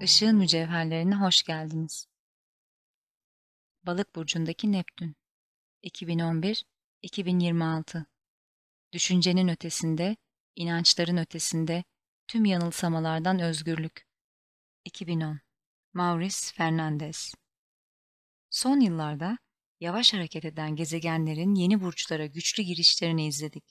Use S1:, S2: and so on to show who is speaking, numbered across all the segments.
S1: Işığın mücevherlerine hoş geldiniz. Balık burcundaki Neptün 2011-2026. Düşüncenin ötesinde, inançların ötesinde, tüm yanılsamalardan özgürlük. 2010. Maurice Fernandez. Son yıllarda yavaş hareket eden gezegenlerin yeni burçlara güçlü girişlerini izledik.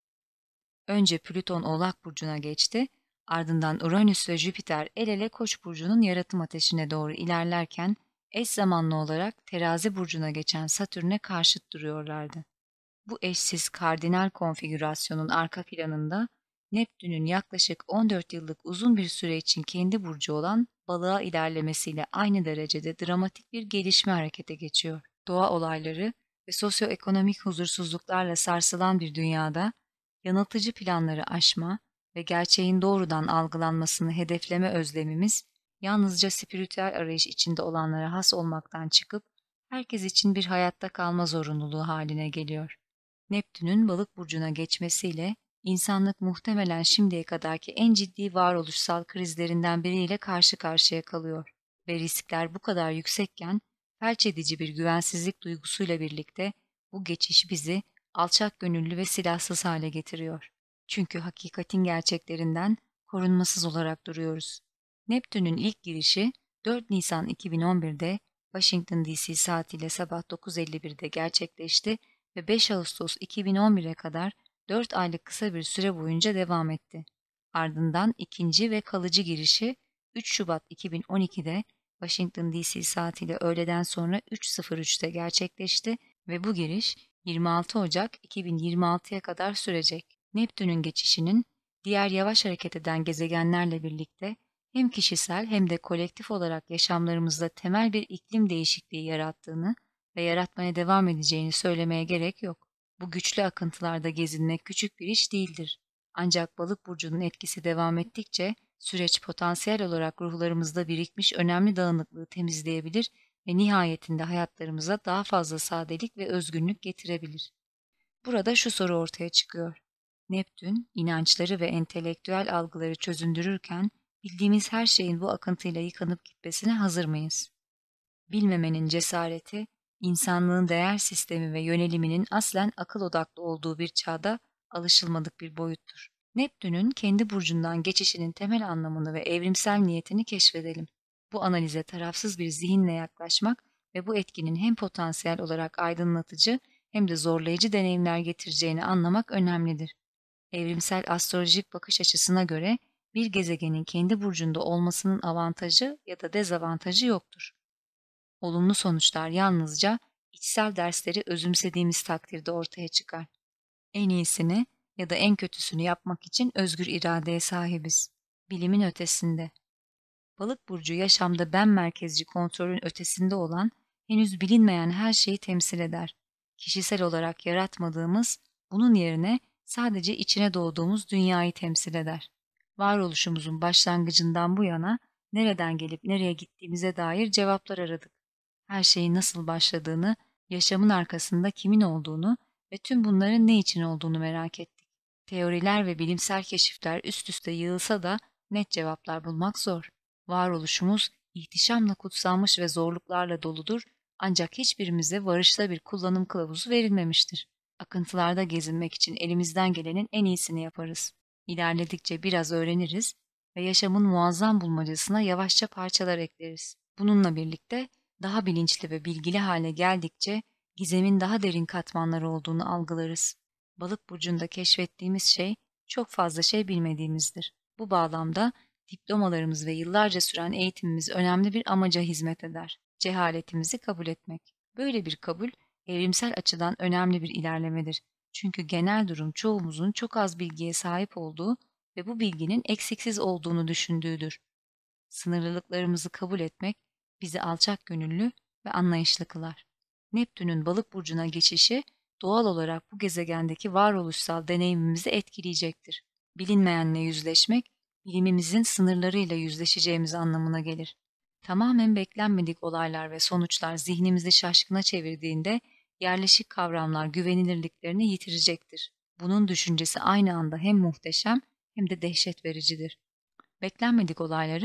S1: Önce Plüton Oğlak burcuna geçti, ardından Uranüs ve Jüpiter el ele Koç burcunun yaratım ateşine doğru ilerlerken eş zamanlı olarak Terazi burcuna geçen Satürn'e karşıt duruyorlardı. Bu eşsiz kardinal konfigürasyonun arka planında Neptün'ün yaklaşık 14 yıllık uzun bir süre için kendi burcu olan Balığa ilerlemesiyle aynı derecede dramatik bir gelişme harekete geçiyor. Doğa olayları ve sosyoekonomik huzursuzluklarla sarsılan bir dünyada yanıltıcı planları aşma ve gerçeğin doğrudan algılanmasını hedefleme özlemimiz yalnızca spiritüel arayış içinde olanlara has olmaktan çıkıp herkes için bir hayatta kalma zorunluluğu haline geliyor. Neptün'ün Balık burcuna geçmesiyle insanlık muhtemelen şimdiye kadarki en ciddi varoluşsal krizlerinden biriyle karşı karşıya kalıyor ve riskler bu kadar yüksekken felç edici bir güvensizlik duygusuyla birlikte bu geçiş bizi alçak gönüllü ve silahsız hale getiriyor. Çünkü hakikatin gerçeklerinden korunmasız olarak duruyoruz. Neptün'ün ilk girişi 4 Nisan 2011'de Washington DC saatiyle sabah 9:51'de gerçekleşti ve 5 Ağustos 2011'e kadar 4 aylık kısa bir süre boyunca devam etti. Ardından ikinci ve kalıcı girişi 3 Şubat 2012'de Washington DC saatiyle öğleden sonra 3:03'te gerçekleşti ve bu giriş 26 Ocak 2026'ya kadar sürecek. Neptün'ün geçişinin diğer yavaş hareket eden gezegenlerle birlikte hem kişisel hem de kolektif olarak yaşamlarımızda temel bir iklim değişikliği yarattığını ve yaratmaya devam edeceğini söylemeye gerek yok. Bu güçlü akıntılarda gezinmek küçük bir iş değildir. Ancak Balık burcunun etkisi devam ettikçe süreç potansiyel olarak ruhlarımızda birikmiş önemli dağınıklığı temizleyebilir ve nihayetinde hayatlarımıza daha fazla sadelik ve özgünlük getirebilir. Burada şu soru ortaya çıkıyor. Neptün, inançları ve entelektüel algıları çözündürürken bildiğimiz her şeyin bu akıntıyla yıkanıp gitmesine hazır mıyız? Bilmemenin cesareti, insanlığın değer sistemi ve yöneliminin aslen akıl odaklı olduğu bir çağda alışılmadık bir boyuttur. Neptün'ün kendi burcundan geçişinin temel anlamını ve evrimsel niyetini keşfedelim. Bu analize tarafsız bir zihinle yaklaşmak ve bu etkinin hem potansiyel olarak aydınlatıcı hem de zorlayıcı deneyimler getireceğini anlamak önemlidir. Evrimsel astrolojik bakış açısına göre bir gezegenin kendi burcunda olmasının avantajı ya da dezavantajı yoktur. Olumlu sonuçlar yalnızca içsel dersleri özümsediğimiz takdirde ortaya çıkar. En iyisini ya da en kötüsünü yapmak için özgür iradeye sahibiz. Bilimin ötesinde. Balık burcu yaşamda ben merkezci kontrolün ötesinde olan, henüz bilinmeyen her şeyi temsil eder. Kişisel olarak yaratmadığımız, bunun yerine sadece içine doğduğumuz dünyayı temsil eder. Varoluşumuzun başlangıcından bu yana nereden gelip nereye gittiğimize dair cevaplar aradık. Her şeyin nasıl başladığını, yaşamın arkasında kimin olduğunu ve tüm bunların ne için olduğunu merak ettik. Teoriler ve bilimsel keşifler üst üste yığılsa da net cevaplar bulmak zor. Varoluşumuz ihtişamla kutsanmış ve zorluklarla doludur, ancak hiçbirimize varışla bir kullanım kılavuzu verilmemiştir. Akıntılarda gezinmek için elimizden gelenin en iyisini yaparız. İlerledikçe biraz öğreniriz ve yaşamın muazzam bulmacasına yavaşça parçalar ekleriz. Bununla birlikte daha bilinçli ve bilgili hale geldikçe gizemin daha derin katmanları olduğunu algılarız. Balık burcunda keşfettiğimiz şey çok fazla şey bilmediğimizdir. Bu bağlamda diplomalarımız ve yıllarca süren eğitimimiz önemli bir amaca hizmet eder. Cehaletimizi kabul etmek. Böyle bir kabul evrimsel açıdan önemli bir ilerlemedir. Çünkü genel durum çoğumuzun çok az bilgiye sahip olduğu ve bu bilginin eksiksiz olduğunu düşündüğüdür. Sınırlılıklarımızı kabul etmek bizi alçak gönüllü ve anlayışlı kılar. Neptün'ün Balık burcuna geçişi doğal olarak bu gezegendeki varoluşsal deneyimimizi etkileyecektir. Bilinmeyenle yüzleşmek, bilimimizin sınırlarıyla yüzleşeceğimiz anlamına gelir. Tamamen beklenmedik olaylar ve sonuçlar zihnimizi şaşkına çevirdiğinde yerleşik kavramlar güvenilirliklerini yitirecektir. Bunun düşüncesi aynı anda hem muhteşem hem de dehşet vericidir. Beklenmedik olayları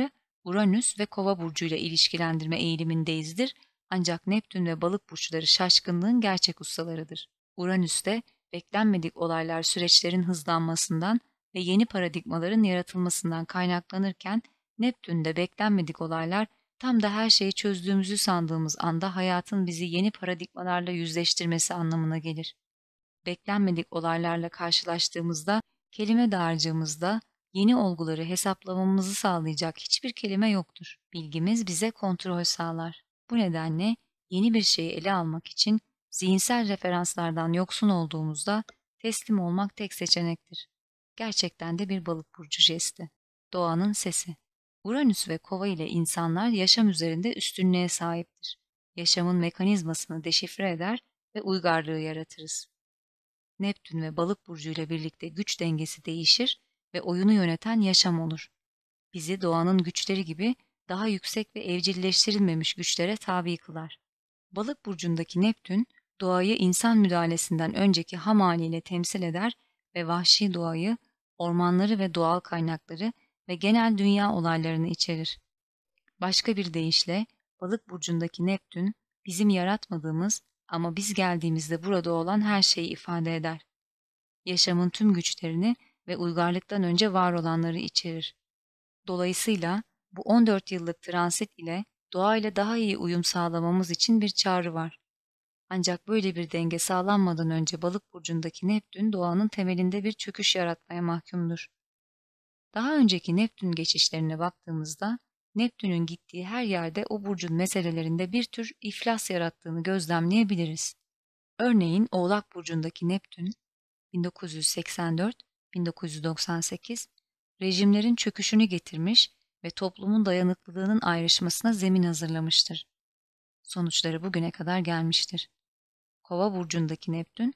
S1: Uranüs ve Kova burcuyla ilişkilendirme eğilimindeyizdir, ancak Neptün ve Balık burçları şaşkınlığın gerçek ustalarıdır. Uranüs'te beklenmedik olaylar süreçlerin hızlanmasından ve yeni paradigmaların yaratılmasından kaynaklanırken, Neptün'de beklenmedik olaylar tam da her şeyi çözdüğümüzü sandığımız anda hayatın bizi yeni paradigmalarla yüzleştirmesi anlamına gelir. Beklenmedik olaylarla karşılaştığımızda, kelime dağarcığımızda yeni olguları hesaplamamızı sağlayacak hiçbir kelime yoktur. Bilgimiz bize kontrol sağlar. Bu nedenle yeni bir şeyi ele almak için zihinsel referanslardan yoksun olduğumuzda teslim olmak tek seçenektir. Gerçekten de bir balık burcu jesti. Doğanın sesi. Uranüs ve Kova ile insanlar yaşam üzerinde üstünlüğe sahiptir. Yaşamın mekanizmasını deşifre eder ve uygarlığı yaratırız. Neptün ve Balık burcu ile birlikte güç dengesi değişir ve oyunu yöneten yaşam olur. Bizi doğanın güçleri gibi daha yüksek ve evcilleştirilmemiş güçlere tabi kılar. Balık burcundaki Neptün, doğayı insan müdahalesinden önceki ham haliyle temsil eder ve vahşi doğayı, ormanları ve doğal kaynakları ve genel dünya olaylarını içerir. Başka bir deyişle, Balık burcundaki Neptün, bizim yaratmadığımız ama biz geldiğimizde burada olan her şeyi ifade eder. Yaşamın tüm güçlerini ve uygarlıktan önce var olanları içerir. Dolayısıyla bu 14 yıllık transit ile doğayla daha iyi uyum sağlamamız için bir çağrı var. Ancak böyle bir denge sağlanmadan önce Balık burcundaki Neptün doğanın temelinde bir çöküş yaratmaya mahkumdur. Daha önceki Neptün geçişlerine baktığımızda, Neptün'ün gittiği her yerde o burcun meselelerinde bir tür iflas yarattığını gözlemleyebiliriz. Örneğin Oğlak burcundaki Neptün 1984-1998 rejimlerin çöküşünü getirmiş ve toplumun dayanıklılığının ayrışmasına zemin hazırlamıştır. Sonuçları bugüne kadar gelmiştir. Kova burcundaki Neptün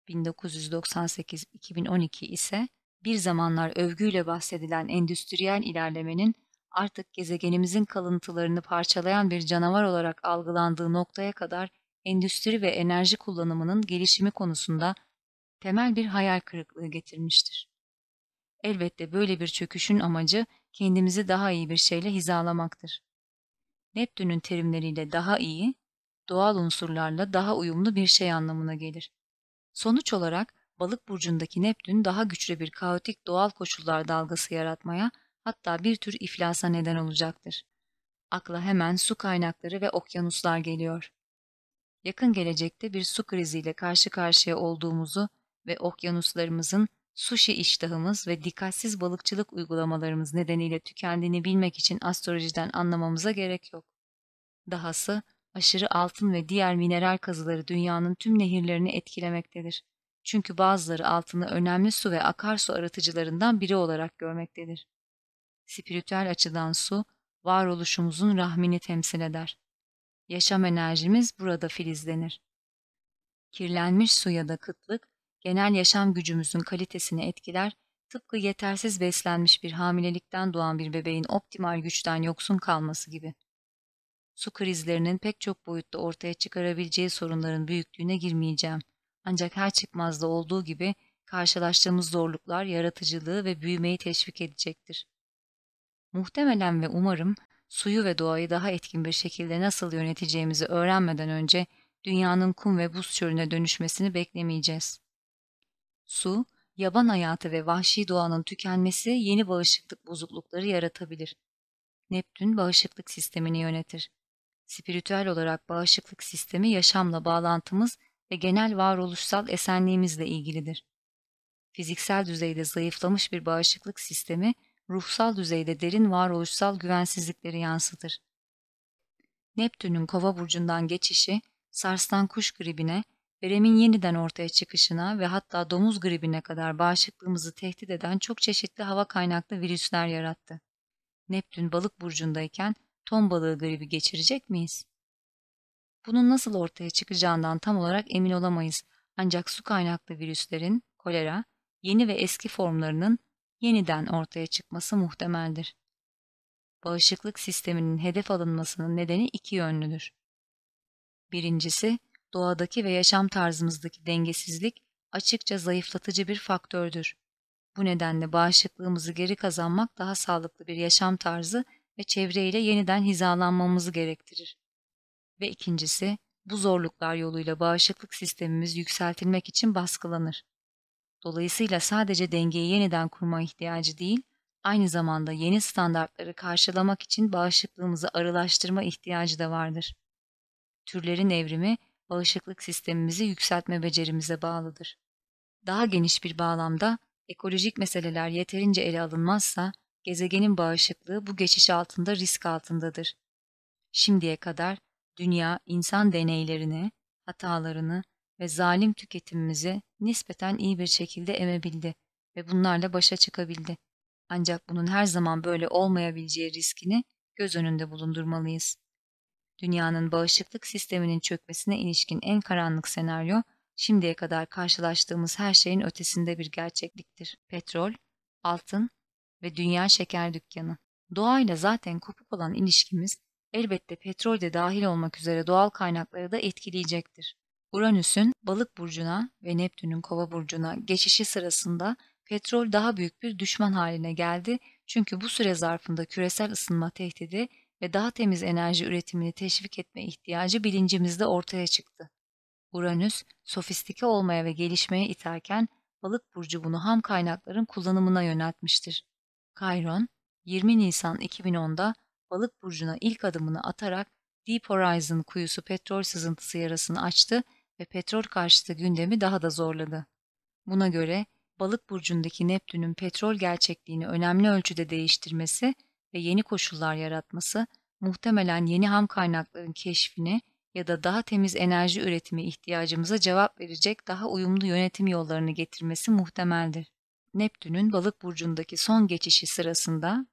S1: 1998-2012 ise bir zamanlar övgüyle bahsedilen endüstriyel ilerlemenin artık gezegenimizin kalıntılarını parçalayan bir canavar olarak algılandığı noktaya kadar endüstri ve enerji kullanımının gelişimi konusunda temel bir hayal kırıklığı getirmiştir. Elbette böyle bir çöküşün amacı kendimizi daha iyi bir şeyle hizalamaktır. Neptün'ün terimleriyle daha iyi, doğal unsurlarla daha uyumlu bir şey anlamına gelir. Sonuç olarak Balık burcundaki Neptün daha güçlü bir kaotik doğal koşullar dalgası yaratmaya, hatta bir tür iflasa neden olacaktır. Akla hemen su kaynakları ve okyanuslar geliyor. Yakın gelecekte bir su kriziyle karşı karşıya olduğumuzu ve okyanuslarımızın sushi iştahımız ve dikkatsiz balıkçılık uygulamalarımız nedeniyle tükendiğini bilmek için astrolojiden anlamamıza gerek yok. Dahası aşırı altın ve diğer mineral kazıları dünyanın tüm nehirlerini etkilemektedir. Çünkü bazıları altını önemli su ve akarsu arıtıcılarından biri olarak görmektedir. Spiritüel açıdan su, varoluşumuzun rahmini temsil eder. Yaşam enerjimiz burada filizlenir. Kirlenmiş su ya da kıtlık, genel yaşam gücümüzün kalitesini etkiler, tıpkı yetersiz beslenmiş bir hamilelikten doğan bir bebeğin optimal güçten yoksun kalması gibi. Su krizlerinin pek çok boyutta ortaya çıkarabileceği sorunların büyüklüğüne girmeyeceğim. Ancak her çıkmazda olduğu gibi karşılaştığımız zorluklar yaratıcılığı ve büyümeyi teşvik edecektir. Muhtemelen ve umarım suyu ve doğayı daha etkin bir şekilde nasıl yöneteceğimizi öğrenmeden önce dünyanın kum ve buz çölüne dönüşmesini beklemeyeceğiz. Su, yaban hayatı ve vahşi doğanın tükenmesi yeni bağışıklık bozuklukları yaratabilir. Neptün bağışıklık sistemini yönetir. Spiritüel olarak bağışıklık sistemi yaşamla bağlantımız ve genel varoluşsal esenliğimizle ilgilidir. Fiziksel düzeyde zayıflamış bir bağışıklık sistemi, ruhsal düzeyde derin varoluşsal güvensizlikleri yansıtır. Neptün'ün Kova burcundan geçişi, sarsılan kuş gribine, veremin yeniden ortaya çıkışına ve hatta domuz gribine kadar bağışıklığımızı tehdit eden çok çeşitli hava kaynaklı virüsler yarattı. Neptün Balık burcundayken ton balığı gribi geçirecek miyiz? Bunun nasıl ortaya çıkacağından tam olarak emin olamayız. Ancak su kaynaklı virüslerin, kolera, yeni ve eski formlarının yeniden ortaya çıkması muhtemeldir. Bağışıklık sisteminin hedef alınmasının nedeni iki yönlüdür. Birincisi, doğadaki ve yaşam tarzımızdaki dengesizlik açıkça zayıflatıcı bir faktördür. Bu nedenle bağışıklığımızı geri kazanmak daha sağlıklı bir yaşam tarzı ve çevreyle yeniden hizalanmamızı gerektirir. Ve ikincisi, bu zorluklar yoluyla bağışıklık sistemimiz yükseltilmek için baskılanır. Dolayısıyla sadece dengeyi yeniden kurma ihtiyacı değil, aynı zamanda yeni standartları karşılamak için bağışıklığımızı arılaştırma ihtiyacı da vardır. Türlerin evrimi, bağışıklık sistemimizi yükseltme becerimize bağlıdır. Daha geniş bir bağlamda, ekolojik meseleler yeterince ele alınmazsa, gezegenin bağışıklığı bu geçiş altında risk altındadır. Şimdiye kadar dünya insan deneylerini, hatalarını ve zalim tüketimimizi nispeten iyi bir şekilde emebildi ve bunlarla başa çıkabildi. Ancak bunun her zaman böyle olmayabileceği riskini göz önünde bulundurmalıyız. Dünyanın bağışıklık sisteminin çökmesine ilişkin en karanlık senaryo, şimdiye kadar karşılaştığımız her şeyin ötesinde bir gerçekliktir. Petrol, altın ve dünya şeker dükkanı. Doğayla zaten kopuk olan ilişkimiz, elbette petrol de dahil olmak üzere doğal kaynakları da etkileyecektir. Uranüs'ün Balık burcuna ve Neptün'ün Kova burcuna geçişi sırasında petrol daha büyük bir düşman haline geldi, çünkü bu süre zarfında küresel ısınma tehdidi ve daha temiz enerji üretimini teşvik etme ihtiyacı bilincimizde ortaya çıktı. Uranüs, sofistike olmaya ve gelişmeye iterken Balık burcu bunu ham kaynakların kullanımına yöneltmiştir. Chiron, 20 Nisan 2010'da Balık burcuna ilk adımını atarak Deep Horizon kuyusu petrol sızıntısı yarasını açtı ve petrol karşıtı gündemi daha da zorladı. Buna göre Balık burcundaki Neptün'ün petrol gerçekliğini önemli ölçüde değiştirmesi ve yeni koşullar yaratması, muhtemelen yeni ham kaynakların keşfini ya da daha temiz enerji üretimi ihtiyacımıza cevap verecek daha uyumlu yönetim yollarını getirmesi muhtemeldir. Neptün'ün Balık burcundaki son geçişi sırasında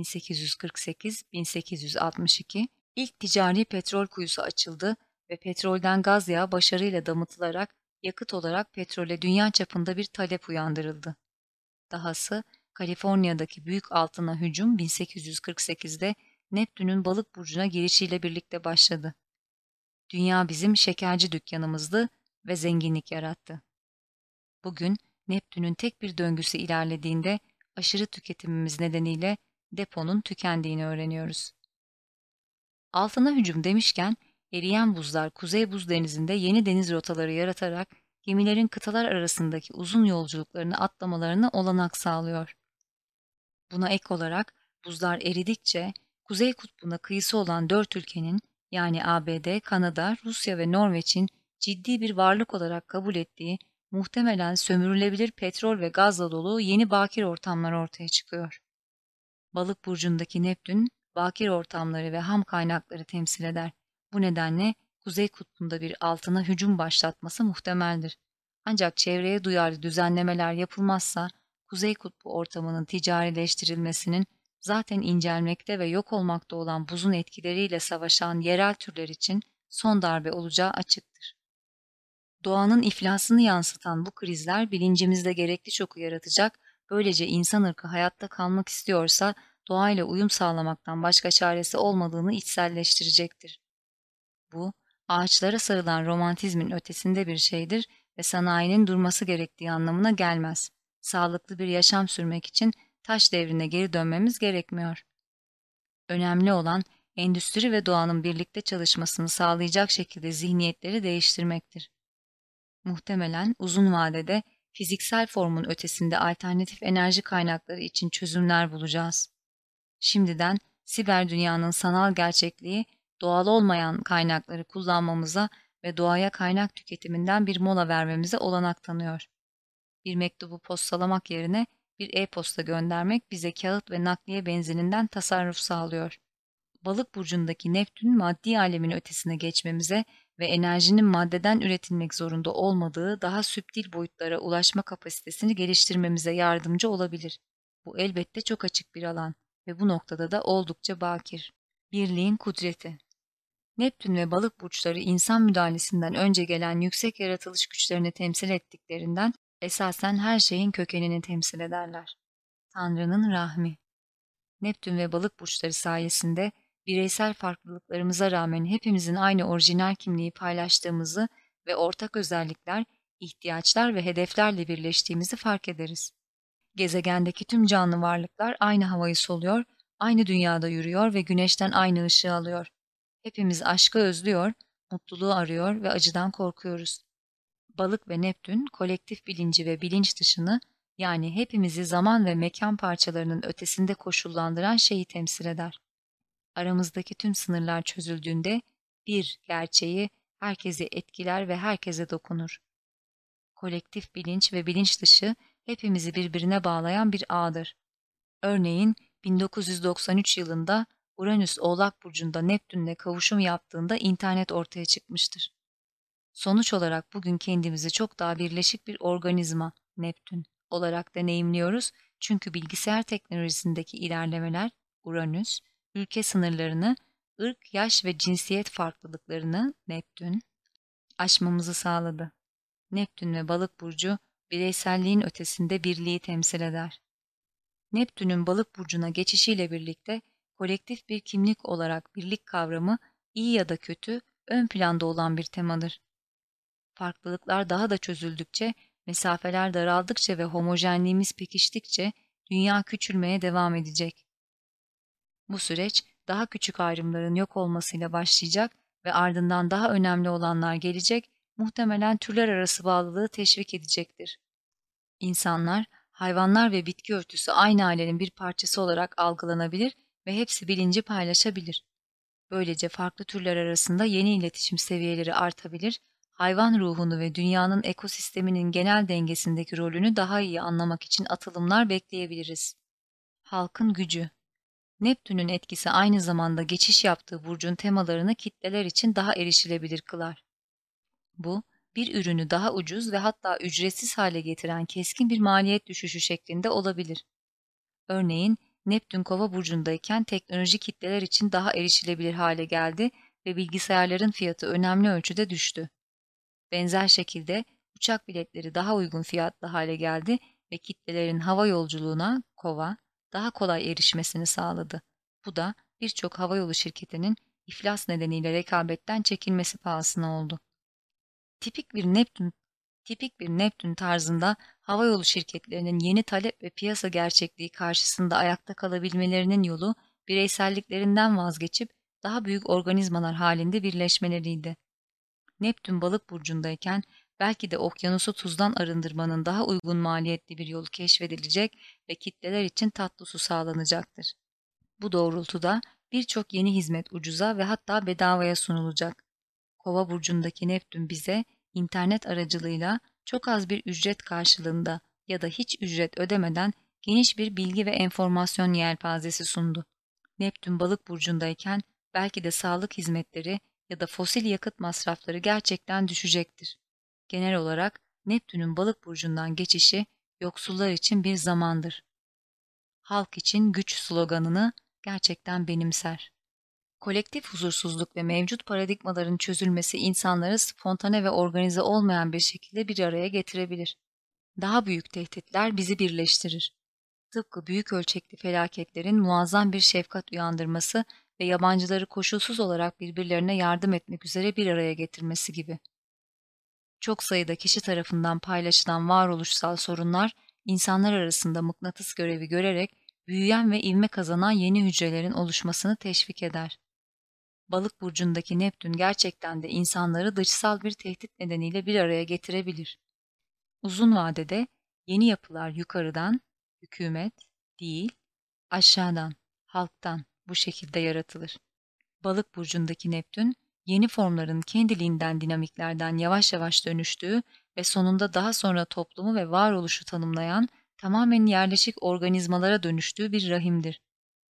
S1: 1848-1862 ilk ticari petrol kuyusu açıldı ve petrolden gaz yağı başarıyla damıtılarak yakıt olarak petrole dünya çapında bir talep uyandırıldı. Dahası Kaliforniya'daki büyük altına hücum 1848'de Neptün'ün Balık burcuna girişiyle birlikte başladı. Dünya bizim şekerci dükkanımızdı ve zenginlik yarattı. Bugün Neptün'ün tek bir döngüsü ilerlediğinde aşırı tüketimimiz nedeniyle deponun tükendiğini öğreniyoruz. Altına hücum demişken, eriyen buzlar Kuzey Buz Denizi'nde yeni deniz rotaları yaratarak gemilerin kıtalar arasındaki uzun yolculuklarını atlamalarına olanak sağlıyor. Buna ek olarak buzlar eridikçe Kuzey Kutbu'na kıyısı olan 4 ülkenin, yani ABD, Kanada, Rusya ve Norveç'in ciddi bir varlık olarak kabul ettiği muhtemelen sömürülebilir petrol ve gazla dolu yeni bakir ortamlar ortaya çıkıyor. Balık burcundaki Neptün, bakir ortamları ve ham kaynakları temsil eder. Bu nedenle Kuzey Kutbu'nda bir altına hücum başlatması muhtemeldir. Ancak çevreye duyarlı düzenlemeler yapılmazsa, Kuzey Kutbu ortamının ticarileştirilmesinin zaten incelmekte ve yok olmakta olan buzun etkileriyle savaşan yerel türler için son darbe olacağı açıktır. Doğanın iflasını yansıtan bu krizler bilincimizde gerekli şoku yaratacak, böylece insan ırkı hayatta kalmak istiyorsa doğayla uyum sağlamaktan başka çaresi olmadığını içselleştirecektir. Bu, ağaçlara sarılan romantizmin ötesinde bir şeydir ve sanayinin durması gerektiği anlamına gelmez. Sağlıklı bir yaşam sürmek için taş devrine geri dönmemiz gerekmiyor. Önemli olan endüstri ve doğanın birlikte çalışmasını sağlayacak şekilde zihniyetleri değiştirmektir. Muhtemelen uzun vadede fiziksel formun ötesinde alternatif enerji kaynakları için çözümler bulacağız. Şimdiden siber dünyanın sanal gerçekliği, doğal olmayan kaynakları kullanmamıza ve doğaya kaynak tüketiminden bir mola vermemize olanak tanıyor. Bir mektubu postalamak yerine bir e-posta göndermek bize kağıt ve nakliye benzininden tasarruf sağlıyor. Balık burcundaki Neptün, maddi alemin ötesine geçmemize ve enerjinin maddeden üretilmek zorunda olmadığı daha süptil boyutlara ulaşma kapasitesini geliştirmemize yardımcı olabilir. Bu elbette çok açık bir alan ve bu noktada da oldukça bakir. Birliğin kudreti. Neptün ve Balık burçları insan müdahalesinden önce gelen yüksek yaratılış güçlerini temsil ettiklerinden esasen her şeyin kökenini temsil ederler. Tanrı'nın rahmi. Neptün ve Balık burçları sayesinde bireysel farklılıklarımıza rağmen hepimizin aynı orijinal kimliği paylaştığımızı ve ortak özellikler, ihtiyaçlar ve hedeflerle birleştiğimizi fark ederiz. Gezegendeki tüm canlı varlıklar aynı havayı soluyor, Aynı dünyada yürüyor ve güneşten aynı ışığı alıyor. Hepimiz aşkı özlüyor, mutluluğu arıyor ve acıdan korkuyoruz. Balık ve Neptün kolektif bilinci ve bilinç dışını, yani hepimizi zaman ve mekan parçalarının ötesinde koşullandıran şeyi temsil eder. Aramızdaki tüm sınırlar çözüldüğünde bir gerçeği herkesi etkiler ve herkese dokunur. Kolektif bilinç ve bilinç dışı hepimizi birbirine bağlayan bir ağdır. Örneğin 1993 yılında Uranüs Oğlak Burcu'nda Neptün'le kavuşum yaptığında internet ortaya çıkmıştır. Sonuç olarak bugün kendimizi çok daha birleşik bir organizma, Neptün, olarak deneyimliyoruz, çünkü bilgisayar teknolojisindeki ilerlemeler, Uranüs, ülke sınırlarını, ırk, yaş ve cinsiyet farklılıklarını, Neptün, aşmamızı sağladı. Neptün ve Balık burcu bireyselliğin ötesinde birliği temsil eder. Neptün'ün Balık burcuna geçişiyle birlikte kolektif bir kimlik olarak birlik kavramı, iyi ya da kötü, ön planda olan bir temadır. Farklılıklar daha da çözüldükçe, mesafeler daraldıkça ve homojenliğimiz pekiştikçe dünya küçülmeye devam edecek. Bu süreç daha küçük ayrımların yok olmasıyla başlayacak ve ardından daha önemli olanlar gelecek, muhtemelen türler arası bağlılığı teşvik edecektir. İnsanlar, hayvanlar ve bitki örtüsü aynı ailenin bir parçası olarak algılanabilir ve hepsi bilinci paylaşabilir. Böylece farklı türler arasında yeni iletişim seviyeleri artabilir, hayvan ruhunu ve dünyanın ekosisteminin genel dengesindeki rolünü daha iyi anlamak için atılımlar bekleyebiliriz. Halkın gücü. Neptün'ün etkisi aynı zamanda geçiş yaptığı burcun temalarını kitleler için daha erişilebilir kılar. Bu, bir ürünü daha ucuz ve hatta ücretsiz hale getiren keskin bir maliyet düşüşü şeklinde olabilir. Örneğin, Neptün Kova burcundayken teknoloji kitleler için daha erişilebilir hale geldi ve bilgisayarların fiyatı önemli ölçüde düştü. Benzer şekilde uçak biletleri daha uygun fiyatlı hale geldi ve kitlelerin hava yolculuğuna, Kova, daha kolay erişmesini sağladı. Bu da birçok havayolu şirketinin iflas nedeniyle rekabetten çekilmesi pahasına oldu. Tipik bir Neptün Tipik bir Neptün tarzında havayolu şirketlerinin yeni talep ve piyasa gerçekliği karşısında ayakta kalabilmelerinin yolu, bireyselliklerinden vazgeçip daha büyük organizmalar halinde birleşmeleriydi. Neptün Balık burcundayken belki de okyanusu tuzdan arındırmanın daha uygun maliyetli bir yolu keşfedilecek ve kitleler için tatlı su sağlanacaktır. Bu doğrultuda birçok yeni hizmet ucuza ve hatta bedavaya sunulacak. Kova burcundaki Neptün bize internet aracılığıyla çok az bir ücret karşılığında ya da hiç ücret ödemeden geniş bir bilgi ve enformasyon yelpazesi sundu. Neptün Balık burcundayken belki de sağlık hizmetleri ya da fosil yakıt masrafları gerçekten düşecektir. Genel olarak Neptün'ün Balık burcundan geçişi yoksullar için bir zamandır. Halk için güç sloganını gerçekten benimser. Kolektif huzursuzluk ve mevcut paradigmaların çözülmesi insanları spontane ve organize olmayan bir şekilde bir araya getirebilir. Daha büyük tehditler bizi birleştirir. Tıpkı büyük ölçekli felaketlerin muazzam bir şefkat uyandırması ve yabancıları koşulsuz olarak birbirlerine yardım etmek üzere bir araya getirmesi gibi. Çok sayıda kişi tarafından paylaşılan varoluşsal sorunlar, insanlar arasında mıknatıs görevi görerek büyüyen ve ivme kazanan yeni hücrelerin oluşmasını teşvik eder. Balık burcundaki Neptün gerçekten de insanları dışsal bir tehdit nedeniyle bir araya getirebilir. Uzun vadede yeni yapılar yukarıdan, hükümet, değil, aşağıdan, halktan bu şekilde yaratılır. Balık burcundaki Neptün, yeni formların kendiliğinden dinamiklerden yavaş yavaş dönüştüğü ve sonunda daha sonra toplumu ve varoluşu tanımlayan tamamen yerleşik organizmalara dönüştüğü bir rahimdir.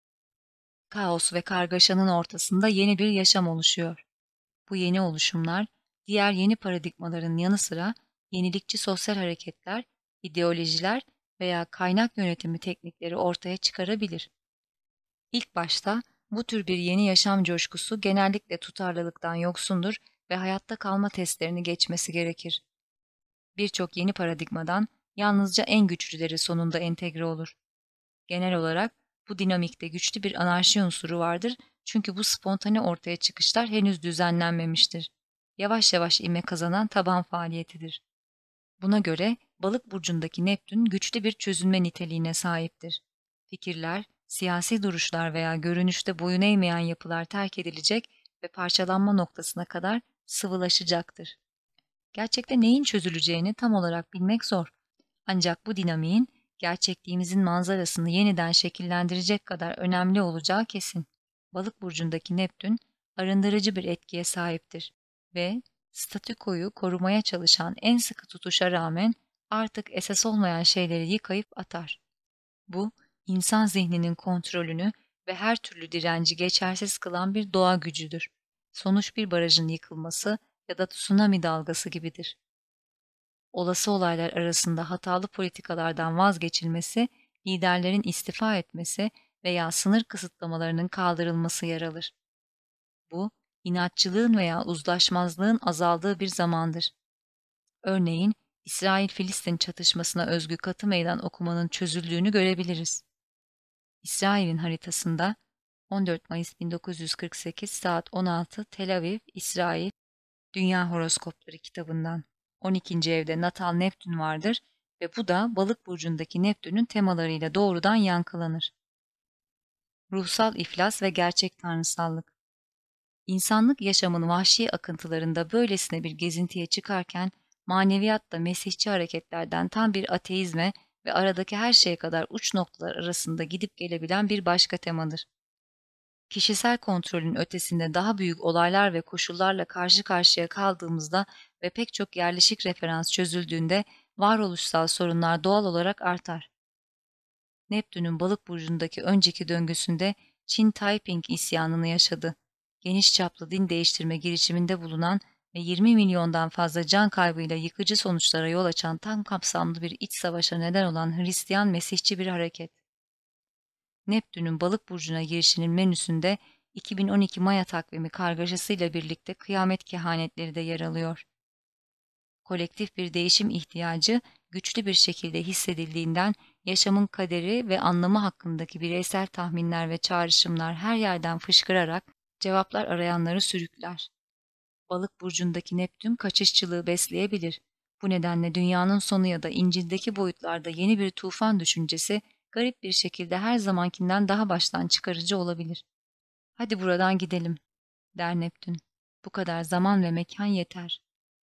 S1: Kaos ve kargaşanın ortasında yeni bir yaşam oluşuyor. Bu yeni oluşumlar, diğer yeni paradigmaların yanı sıra yenilikçi sosyal hareketler, ideolojiler veya kaynak yönetimi teknikleri ortaya çıkarabilir. İlk başta bu tür bir yeni yaşam coşkusu genellikle tutarlılıktan yoksundur ve hayatta kalma testlerini geçmesi gerekir. Birçok yeni paradigmadan yalnızca en güçlüleri sonunda entegre olur. Genel olarak bu dinamikte güçlü bir anarşi unsuru vardır, çünkü bu spontane ortaya çıkışlar henüz düzenlenmemiştir. Yavaş yavaş ivme kazanan taban faaliyetidir. Buna göre Balık burcundaki Neptün güçlü bir çözünme niteliğine sahiptir. Fikirler, Siyasi duruşlar veya görünüşte boyun eğmeyen yapılar terk edilecek ve parçalanma noktasına kadar sıvılaşacaktır. Gerçekte neyin çözüleceğini tam olarak bilmek zor. Ancak bu dinamiğin gerçekliğimizin manzarasını yeniden şekillendirecek kadar önemli olacağı kesin. Balık burcundaki Neptün arındırıcı bir etkiye sahiptir ve statükoyu korumaya çalışan en sıkı tutuşa rağmen artık esas olmayan şeyleri yıkayıp atar. Bu, insan zihninin kontrolünü ve her türlü direnci geçersiz kılan bir doğa gücüdür. Sonuç bir barajın yıkılması ya da tsunami dalgası gibidir. Olası olaylar arasında hatalı politikalardan vazgeçilmesi, liderlerin istifa etmesi veya sınır kısıtlamalarının kaldırılması yer alır. Bu, inatçılığın veya uzlaşmazlığın azaldığı bir zamandır. Örneğin, İsrail-Filistin çatışmasına özgü katı meydan okumanın çözüldüğünü görebiliriz. İsrail'in haritasında 14 Mayıs 1948 saat 16 Tel Aviv, İsrail, Dünya Horoskopları kitabından 12. evde natal Neptün vardır ve bu da Balık burcundaki Neptün'ün temalarıyla doğrudan yankılanır. Ruhsal iflas ve gerçek tanrısallık. İnsanlık yaşamın vahşi akıntılarında böylesine bir gezintiye çıkarken maneviyat da Mesihçi hareketlerden tam bir ateizme ve aradaki her şeye kadar uç noktalar arasında gidip gelebilen bir başka temadır. Kişisel kontrolün ötesinde daha büyük olaylar ve koşullarla karşı karşıya kaldığımızda ve pek çok yerleşik referans çözüldüğünde varoluşsal sorunlar doğal olarak artar. Neptün'ün Balık burcundaki önceki döngüsünde Çin Taiping isyanını yaşadı. Geniş çaplı din değiştirme girişiminde bulunan ve 20 milyondan fazla can kaybıyla yıkıcı sonuçlara yol açan tam kapsamlı bir iç savaşa neden olan Hristiyan Mesihçi bir hareket. Neptün'ün Balık burcuna girişinin menüsünde 2012 Maya takvimi kargaşasıyla birlikte kıyamet kehanetleri de yer alıyor. Kolektif bir değişim ihtiyacı güçlü bir şekilde hissedildiğinden yaşamın kaderi ve anlamı hakkındaki bireysel tahminler ve çağrışımlar her yerden fışkırarak cevaplar arayanları sürükler. Balık burcundaki Neptün kaçışçılığı besleyebilir. Bu nedenle dünyanın sonu ya da İncil'deki boyutlarda yeni bir tufan düşüncesi garip bir şekilde her zamankinden daha baştan çıkarıcı olabilir. Hadi buradan gidelim, der Neptün. Bu kadar zaman ve mekan yeter.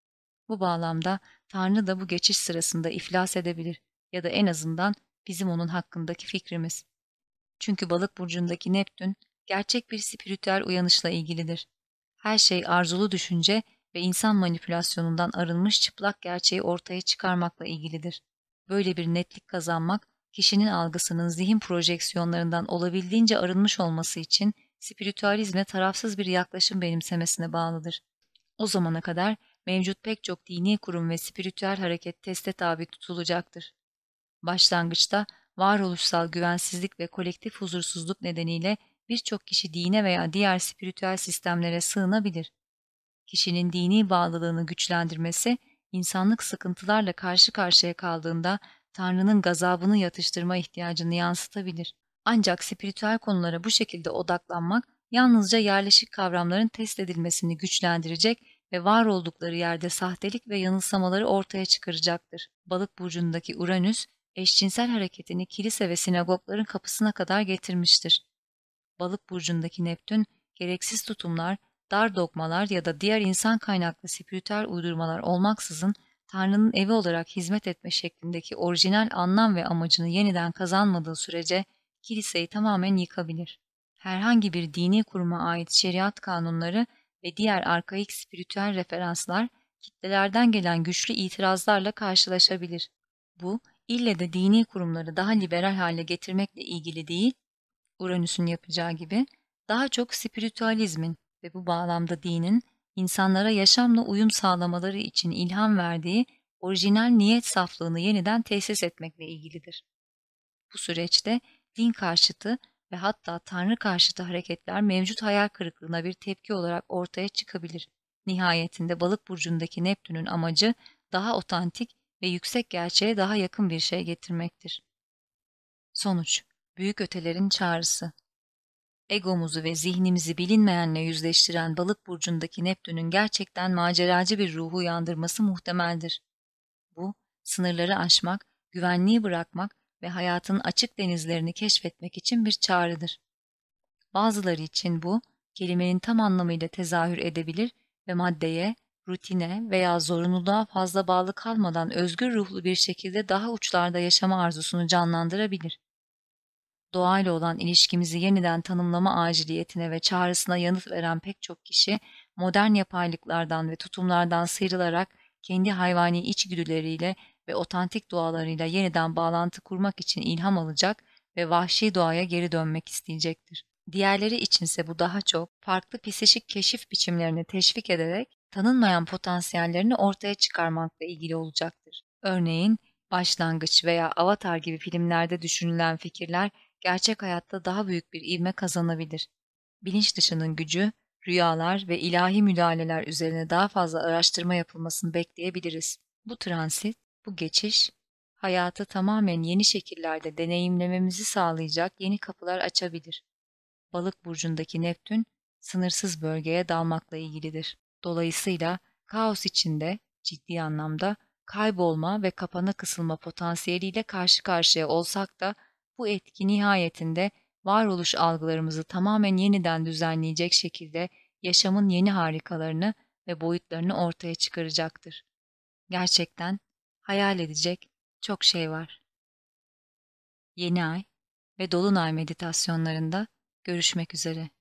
S1: Bu bağlamda Tanrı da bu geçiş sırasında iflas edebilir ya da en azından bizim onun hakkındaki fikrimiz. Çünkü Balık burcundaki Neptün gerçek bir spiritüel uyanışla ilgilidir. Her şey arzulu düşünce ve insan manipülasyonundan arınmış çıplak gerçeği ortaya çıkarmakla ilgilidir. Böyle bir netlik kazanmak, kişinin algısının zihin projeksiyonlarından olabildiğince arınmış olması için spiritüalizme tarafsız bir yaklaşım benimsemesine bağlıdır. O zamana kadar mevcut pek çok dini kurum ve spiritüel hareket teste tabi tutulacaktır. Başlangıçta varoluşsal güvensizlik ve kolektif huzursuzluk nedeniyle birçok kişi dine veya diğer spiritüel sistemlere sığınabilir. Kişinin dini bağlılığını güçlendirmesi, insanlık sıkıntılarla karşı karşıya kaldığında Tanrı'nın gazabını yatıştırma ihtiyacını yansıtabilir. Ancak spiritüel konulara bu şekilde odaklanmak, yalnızca yerleşik kavramların test edilmesini güçlendirecek ve var oldukları yerde sahtelik ve yanılsamaları ortaya çıkaracaktır. Balık burcundaki Uranüs, eşcinsel hareketini kilise ve sinagogların kapısına kadar getirmiştir. Balık burcundaki Neptün, gereksiz tutumlar, dar dogmalar ya da diğer insan kaynaklı spiritüel uydurmalar olmaksızın Tanrı'nın evi olarak hizmet etme şeklindeki orijinal anlam ve amacını yeniden kazanmadığı sürece kiliseyi tamamen yıkabilir. Herhangi bir dini kuruma ait şeriat kanunları ve diğer arkaik spiritüel referanslar kitlelerden gelen güçlü itirazlarla karşılaşabilir. Bu, ille de dini kurumları daha liberal hale getirmekle ilgili değil, Uranüs'ün yapacağı gibi, daha çok spiritüalizmin ve bu bağlamda dinin insanlara yaşamla uyum sağlamaları için ilham verdiği orijinal niyet saflığını yeniden tesis etmekle ilgilidir. Bu süreçte din karşıtı ve hatta Tanrı karşıtı hareketler mevcut hayal kırıklığına bir tepki olarak ortaya çıkabilir. Nihayetinde Balık burcundaki Neptün'ün amacı daha otantik ve yüksek gerçeğe daha yakın bir şey getirmektir. Sonuç, büyük ötelerin çağrısı. Egomuzu ve zihnimizi bilinmeyenle yüzleştiren Balık burcundaki Neptün'ün gerçekten maceracı bir ruhu uyandırması muhtemeldir. Bu, sınırları aşmak, güvenliği bırakmak ve hayatın açık denizlerini keşfetmek için bir çağrıdır. Bazıları için bu, kelimenin tam anlamıyla tezahür edebilir ve maddeye, rutine veya zorunluluğa fazla bağlı kalmadan özgür ruhlu bir şekilde daha uçlarda yaşama arzusunu canlandırabilir. Doğayla olan ilişkimizi yeniden tanımlama aciliyetine ve çağrısına yanıt veren pek çok kişi, modern yapaylıklardan ve tutumlardan sıyrılarak kendi hayvani içgüdüleriyle ve otantik doğalarıyla yeniden bağlantı kurmak için ilham alacak ve vahşi doğaya geri dönmek isteyecektir. Diğerleri içinse bu daha çok farklı psişik keşif biçimlerini teşvik ederek tanınmayan potansiyellerini ortaya çıkarmakla ilgili olacaktır. Örneğin, Başlangıç veya Avatar gibi filmlerde düşünülen fikirler gerçek hayatta daha büyük bir ivme kazanabilir. Bilinç dışının gücü, rüyalar ve ilahi müdahaleler üzerine daha fazla araştırma yapılmasını bekleyebiliriz. Bu transit, bu geçiş, hayatı tamamen yeni şekillerde deneyimlememizi sağlayacak yeni kapılar açabilir. Balık burcundaki Neptün, sınırsız bölgeye dalmakla ilgilidir. Dolayısıyla kaos içinde, ciddi anlamda, kaybolma ve kapana kısılma potansiyeliyle karşı karşıya olsak da bu etki nihayetinde varoluş algılarımızı tamamen yeniden düzenleyecek şekilde yaşamın yeni harikalarını ve boyutlarını ortaya çıkaracaktır. Gerçekten hayal edecek çok şey var. Yeni ay ve dolunay meditasyonlarında görüşmek üzere.